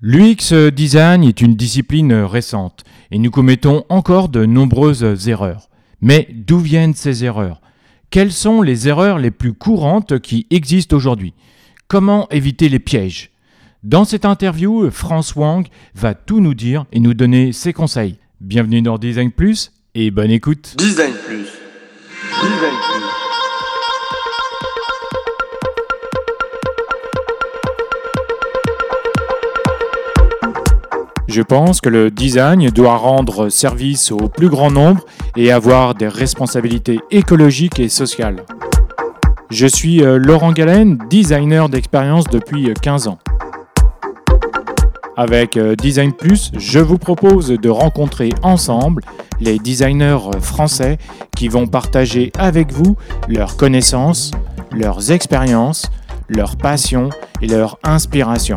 L'UX design est une discipline récente et nous commettons encore de nombreuses erreurs. Mais d'où viennent ces erreurs ? Quelles sont les erreurs les plus courantes qui existent aujourd'hui ? Comment éviter les pièges ? Dans cette interview, France Wang va tout nous dire et nous donner ses conseils. Bienvenue dans Design Plus et bonne écoute. Design Plus. Design Plus. Je pense que le design doit rendre service au plus grand nombre et avoir des responsabilités écologiques et sociales. Je suis Laurent Galen, designer d'expérience depuis 15 ans. Avec Design Plus, je vous propose de rencontrer ensemble les designers français qui vont partager avec vous leurs connaissances, leurs expériences, leurs passions et leurs inspirations.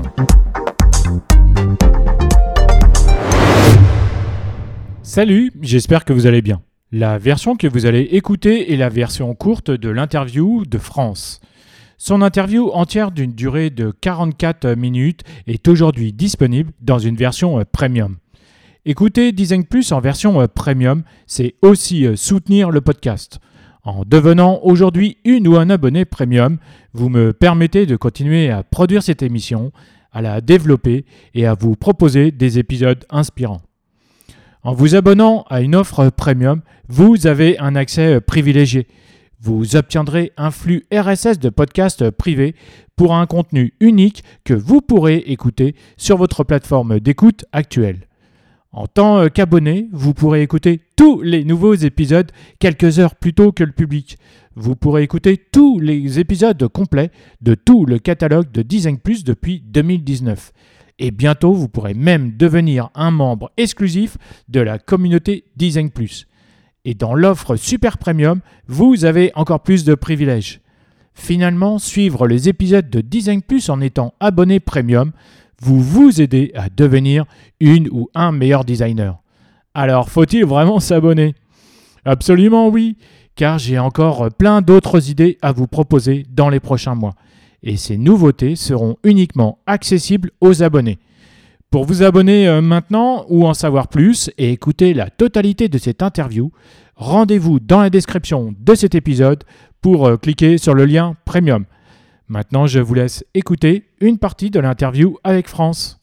Salut, j'espère que vous allez bien. La version que vous allez écouter est la version courte de l'interview de France. Son interview entière d'une durée de 44 minutes est aujourd'hui disponible dans une version premium. Écouter Design Plus en version premium, c'est aussi soutenir le podcast. En devenant aujourd'hui une ou un abonné premium, vous me permettez de continuer à produire cette émission, à la développer et à vous proposer des épisodes inspirants. En vous abonnant à une offre premium, vous avez un accès privilégié. Vous obtiendrez un flux RSS de podcasts privés pour un contenu unique que vous pourrez écouter sur votre plateforme d'écoute actuelle. En tant qu'abonné, vous pourrez écouter tous les nouveaux épisodes quelques heures plus tôt que le public. Vous pourrez écouter tous les épisodes complets de tout le catalogue de Design Plus depuis 2019. Et bientôt, vous pourrez même devenir un membre exclusif de la communauté Design Plus. Et dans l'offre Super Premium, vous avez encore plus de privilèges. Finalement, suivre les épisodes de Design Plus en étant abonné Premium, vous aidez à devenir une ou un meilleur designer. Alors, faut-il vraiment s'abonner ? Absolument oui, car j'ai encore plein d'autres idées à vous proposer dans les prochains mois. Et ces nouveautés seront uniquement accessibles aux abonnés. Pour vous abonner maintenant ou en savoir plus et écouter la totalité de cette interview, rendez-vous dans la description de cet épisode pour cliquer sur le lien Premium. Maintenant, je vous laisse écouter une partie de l'interview avec France.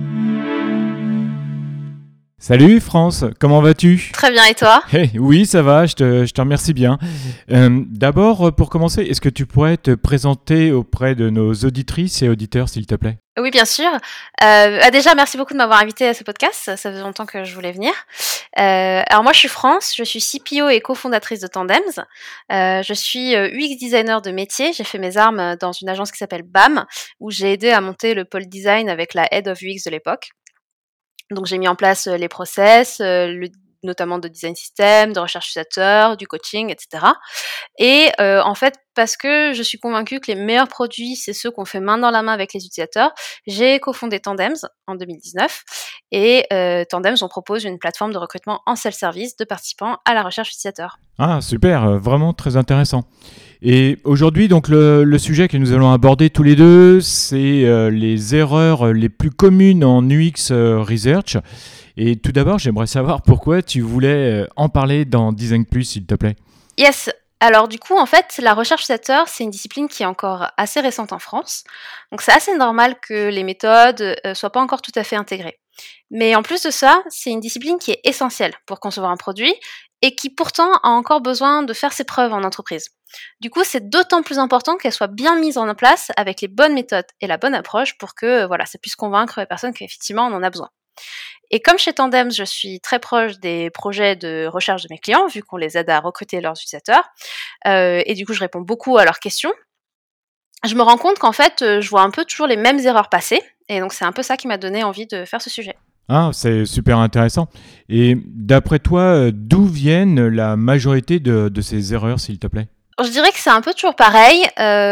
Salut France, comment vas-tu ? Très bien, et toi ? Oui, ça va, je te remercie bien. D'abord, pour commencer, est-ce que tu pourrais te présenter auprès de nos auditrices et auditeurs, s'il te plaît ? Oui, bien sûr. Déjà, merci beaucoup de m'avoir invité à ce podcast. Ça faisait longtemps que je voulais venir. Alors moi, je suis France, je suis CPO et cofondatrice de Tandems. Je suis UX designer de métier. J'ai fait mes armes dans une agence qui s'appelle BAM, où j'ai aidé à monter le pôle design avec la head of UX de l'époque. Donc j'ai mis en place les process, notamment de design system, de recherche utilisateur, du coaching, etc. Et en fait, parce que je suis convaincue que les meilleurs produits, c'est ceux qu'on fait main dans la main avec les utilisateurs, j'ai cofondé Tandems en 2019. Et Tandems, on propose une plateforme de recrutement en self-service de participants à la recherche utilisateur. Ah, super, vraiment très intéressant. Et aujourd'hui, donc le sujet que nous allons aborder tous les deux, c'est les erreurs les plus communes en UX Research. Et tout d'abord, j'aimerais savoir pourquoi tu voulais en parler dans Design Plus, s'il te plaît. Yes. Alors du coup, en fait, la recherche utilisateur, c'est une discipline qui est encore assez récente en France. Donc c'est assez normal que les méthodes soient pas encore tout à fait intégrées. Mais en plus de ça, c'est une discipline qui est essentielle pour concevoir un produit et qui pourtant a encore besoin de faire ses preuves en entreprise. Du coup, c'est d'autant plus important qu'elle soit bien mise en place avec les bonnes méthodes et la bonne approche pour que ça puisse convaincre les personnes qu'effectivement on en a besoin. Et comme chez Tandems, je suis très proche des projets de recherche de mes clients, vu qu'on les aide à recruter leurs utilisateurs, et du coup je réponds beaucoup à leurs questions, je me rends compte qu'en fait, je vois un peu toujours les mêmes erreurs passer, et donc c'est un peu ça qui m'a donné envie de faire ce sujet. Ah, c'est super intéressant. Et d'après toi, d'où viennent la majorité de ces erreurs, s'il te plaît ? Je dirais que c'est un peu toujours pareil.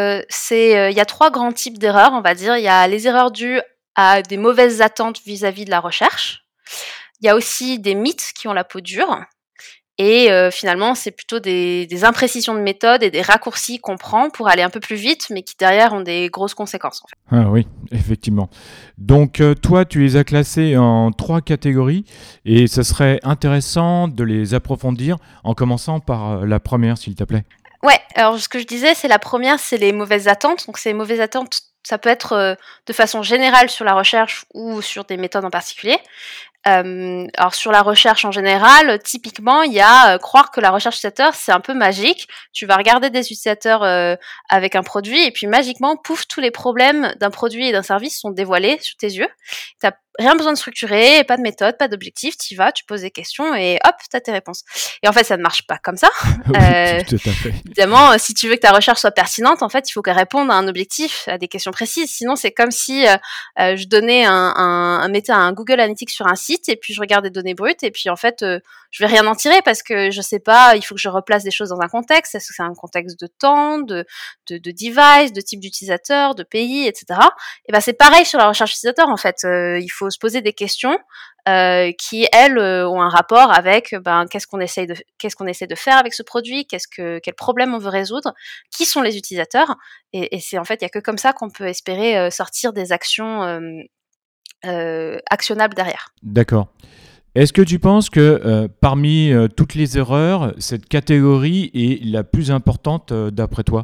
Il y a 3 grands types d'erreurs, on va dire. Il y a les erreurs dues à des mauvaises attentes vis-à-vis de la recherche. Il y a aussi des mythes qui ont la peau dure. Et finalement, c'est plutôt des imprécisions de méthode et des raccourcis qu'on prend pour aller un peu plus vite, mais qui derrière ont des grosses conséquences. En fait. Ah oui, effectivement. Donc toi, tu les as classés en 3 catégories et ce serait intéressant de les approfondir en commençant par la première, s'il te plaît. Ouais, alors ce que je disais, c'est la première, c'est les mauvaises attentes. Donc ces mauvaises attentes, ça peut être de façon générale sur la recherche ou sur des méthodes en particulier. Alors sur la recherche en général, typiquement, il y a croire que la recherche utilisateur, c'est un peu magique. Tu vas regarder des utilisateurs avec un produit et puis magiquement, pouf, tous les problèmes d'un produit et d'un service sont dévoilés sous tes yeux. T'as rien besoin de structurer, pas de méthode, pas d'objectif, tu y vas, tu poses des questions et hop, t'as tes réponses. Et en fait, ça ne marche pas comme ça. Oui, tout à fait. Évidemment, si tu veux que ta recherche soit pertinente, en fait, il faut qu'elle réponde à un objectif, à des questions précises. Sinon, c'est comme si je donnais mettais un Google Analytics sur un site et puis je regarde des données brutes et puis en fait, je vais rien en tirer parce que je sais pas, il faut que je replace des choses dans un contexte. Est-ce que c'est un contexte de temps, de device, de type d'utilisateur, de pays, etc. Et ben c'est pareil sur la recherche utilisateur en fait. Il faut se poser des questions qui elles ont un rapport avec qu'est-ce qu'on essaie de faire avec ce produit, quel problème on veut résoudre, qui sont les utilisateurs et c'est en fait il y a que comme ça qu'on peut espérer sortir des actions actionnables derrière. D'accord. Est-ce que tu penses que parmi toutes les erreurs, cette catégorie est la plus importante d'après toi?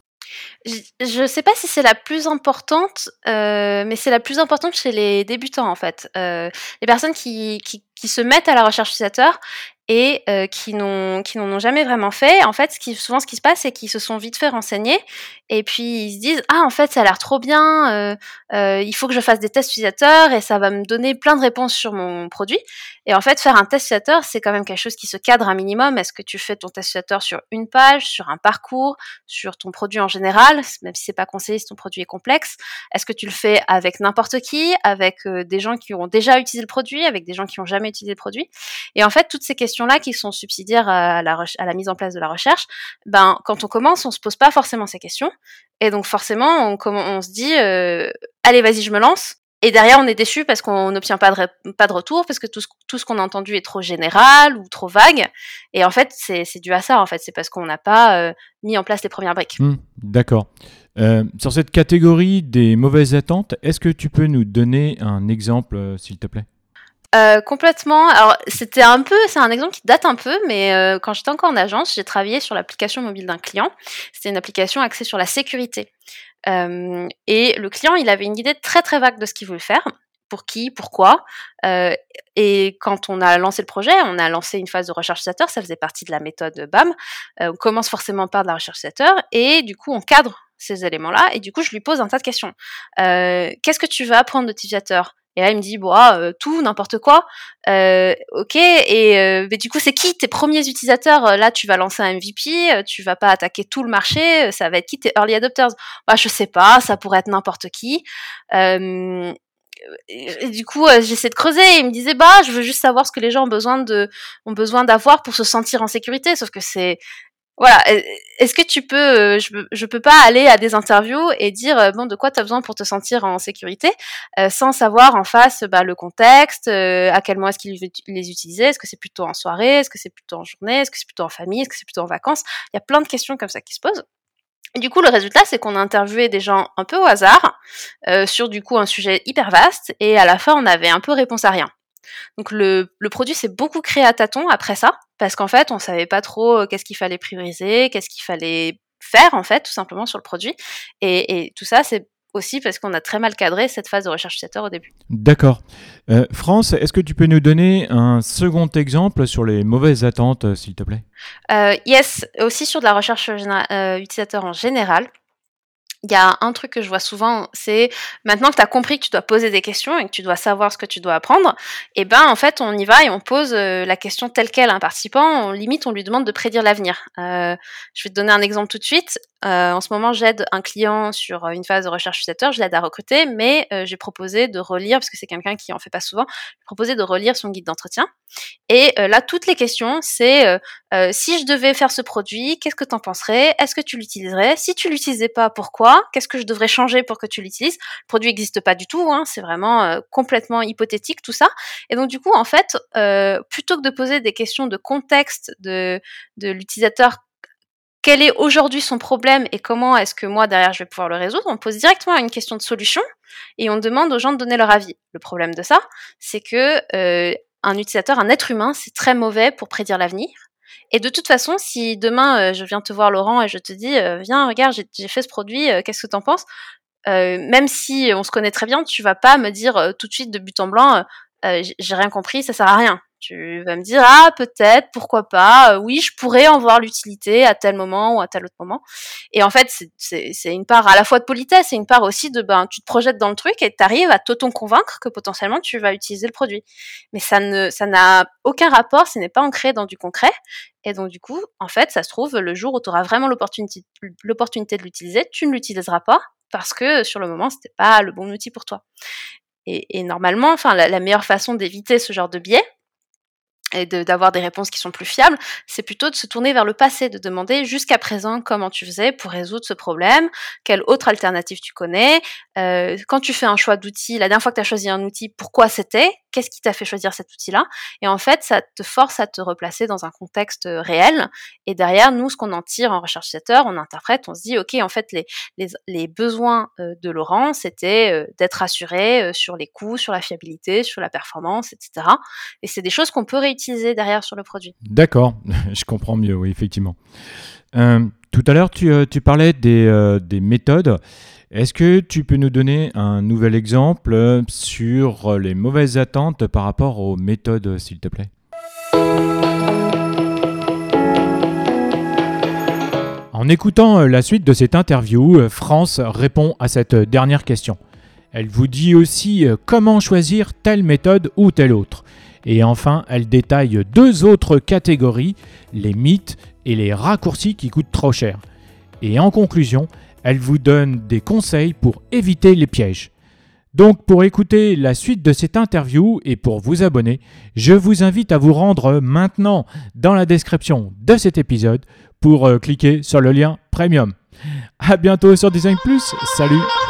Je sais pas si c'est la plus importante, mais c'est la plus importante chez les débutants en fait. Les personnes qui se mettent à la recherche utilisateur et qui n'en ont jamais vraiment fait. En fait, souvent ce qui se passe, c'est qu'ils se sont vite fait renseigner et puis ils se disent: «Ah en fait ça a l'air trop bien, il faut que je fasse des tests utilisateurs et ça va me donner plein de réponses sur mon produit». Et en fait, faire un test utilisateur, c'est quand même quelque chose qui se cadre un minimum. Est-ce que tu fais ton test utilisateur sur une page, sur un parcours, sur ton produit en général, même si c'est pas conseillé si ton produit est complexe? Est-ce que tu le fais avec n'importe qui, avec des gens qui ont déjà utilisé le produit, avec des gens qui ont jamais utilisé le produit? Et en fait, toutes ces questions-là qui sont subsidiaires à la mise en place de la recherche, quand on commence, on se pose pas forcément ces questions. Et donc forcément, on se dit allez, vas-y, je me lance. Et derrière, on est déçu parce qu'on n'obtient pas de retour, parce que tout ce qu'on a entendu est trop général ou trop vague. Et en fait, c'est dû à ça. En fait, c'est parce qu'on n'a pas mis en place les premières briques. D'accord. Sur cette catégorie des mauvaises attentes, est-ce que tu peux nous donner un exemple, s'il te plaît? Complètement. Alors, c'est un exemple qui date un peu, mais quand j'étais encore en agence, j'ai travaillé sur l'application mobile d'un client. C'était une application axée sur la sécurité. Et le client, il avait une idée très très vague de ce qu'il voulait faire. Pour qui, pourquoi. Et quand on a lancé le projet, on a lancé une phase de recherche utilisateur, ça faisait partie de la méthode BAM. On commence forcément par de la recherche utilisateur et du coup, on cadre ces éléments-là et du coup, je lui pose un tas de questions. Qu'est-ce que tu vas apprendre de l'utilisateur? Et là, il me dit, tout, n'importe quoi. Ok, et mais du coup, c'est qui tes premiers utilisateurs? Là, tu vas lancer un MVP, tu vas pas attaquer tout le marché, ça va être qui tes early adopters? Je sais pas, ça pourrait être n'importe qui. Et du coup, j'essaie de creuser. Et il me disait, je veux juste savoir ce que les gens ont besoin d'avoir pour se sentir en sécurité. Sauf que c'est, voilà. Est-ce que tu peux, je peux pas aller à des interviews et dire, de quoi tu as besoin pour te sentir en sécurité, sans savoir en face, le contexte, à quel moment est-ce qu'ils les utilisaient, est-ce que c'est plutôt en soirée, est-ce que c'est plutôt en journée, est-ce que c'est plutôt en famille, est-ce que c'est plutôt en vacances? Il y a plein de questions comme ça qui se posent. Et du coup, le résultat, c'est qu'on a interviewé des gens un peu au hasard, sur du coup un sujet hyper vaste, et à la fin, on avait un peu réponse à rien. Donc le produit s'est beaucoup créé à tâtons après ça, parce qu'en fait, on savait pas trop qu'est-ce qu'il fallait prioriser, qu'est-ce qu'il fallait faire en fait, tout simplement sur le produit. Et tout ça, c'est aussi parce qu'on a très mal cadré cette phase de recherche utilisateur au début. D'accord. France, est-ce que tu peux nous donner un second exemple sur les mauvaises attentes, s'il te plaît? Yes, aussi sur de la recherche utilisateur en général. Il y a un truc que je vois souvent, c'est maintenant que tu as compris que tu dois poser des questions et que tu dois savoir ce que tu dois apprendre, en fait, on y va et on pose la question telle quelle à un participant. On lui demande de prédire l'avenir. Je vais te donner un exemple tout de suite. En ce moment, j'aide un client sur une phase de recherche utilisateur, je l'aide à recruter, mais j'ai proposé de relire, parce que c'est quelqu'un qui en fait pas souvent, j'ai proposé de relire son guide d'entretien. Et là, toutes les questions, c'est si je devais faire ce produit, qu'est-ce que tu en penserais? Est-ce que tu l'utiliserais? Si tu l'utilisais pas, pourquoi? pas, qu'est-ce que je devrais changer pour que tu l'utilises. Le produit n'existe pas du tout, c'est vraiment complètement hypothétique tout ça. Et donc du coup, en fait, plutôt que de poser des questions de contexte de l'utilisateur, quel est aujourd'hui son problème et comment est-ce que moi, derrière, je vais pouvoir le résoudre, on pose directement une question de solution et on demande aux gens de donner leur avis. Le problème de ça, c'est que un utilisateur, un être humain, c'est très mauvais pour prédire l'avenir. Et de toute façon, si demain, je viens te voir, Laurent, et je te dis « Viens, regarde, j'ai fait ce produit, qu'est-ce que t'en penses ?» Même si on se connaît très bien, tu vas pas me dire tout de suite de but en blanc j'ai rien compris, ça sert à rien. Tu vas me dire ah peut-être, pourquoi pas, oui je pourrais en voir l'utilité à tel moment ou à tel autre moment. Et en fait c'est une part à la fois de politesse et une part aussi de tu te projettes dans le truc et t'arrives à t'auto-convaincre que potentiellement tu vas utiliser le produit. Mais ça n'a aucun rapport, ce n'est pas ancré dans du concret. Et donc du coup en fait ça se trouve le jour où tu auras vraiment l'opportunité de l'utiliser, tu ne l'utiliseras pas parce que sur le moment c'était pas le bon outil pour toi. Et normalement, enfin, la meilleure façon d'éviter ce genre de biais et d'avoir des réponses qui sont plus fiables, c'est plutôt de se tourner vers le passé, de demander jusqu'à présent comment tu faisais pour résoudre ce problème, quelle autre alternative tu connais, quand tu fais un choix d'outil, la dernière fois que tu as choisi un outil, pourquoi c'était, qu'est-ce qui t'a fait choisir cet outil-là, et en fait, ça te force à te replacer dans un contexte réel, et derrière, nous, ce qu'on en tire en recherche utilisateur, on interprète, on se dit, ok, en fait, les besoins de Laurent, c'était d'être rassuré sur les coûts, sur la fiabilité, sur la performance, etc. Et c'est des choses qu'on peut réutiliser derrière sur le produit. D'accord, je comprends mieux, oui, effectivement. Tout à l'heure, tu parlais des méthodes. Est-ce que tu peux nous donner un nouvel exemple sur les mauvaises attentes par rapport aux méthodes, s'il te plaît ? En écoutant la suite de cette interview, France répond à cette dernière question. Elle vous dit aussi comment choisir telle méthode ou telle autre. Et enfin, elle détaille 2 autres catégories, les mythes et les raccourcis qui coûtent trop cher. Et en conclusion, elle vous donne des conseils pour éviter les pièges. Donc pour écouter la suite de cette interview et pour vous abonner, je vous invite à vous rendre maintenant dans la description de cet épisode pour cliquer sur le lien Premium. À bientôt sur Design Plus, salut!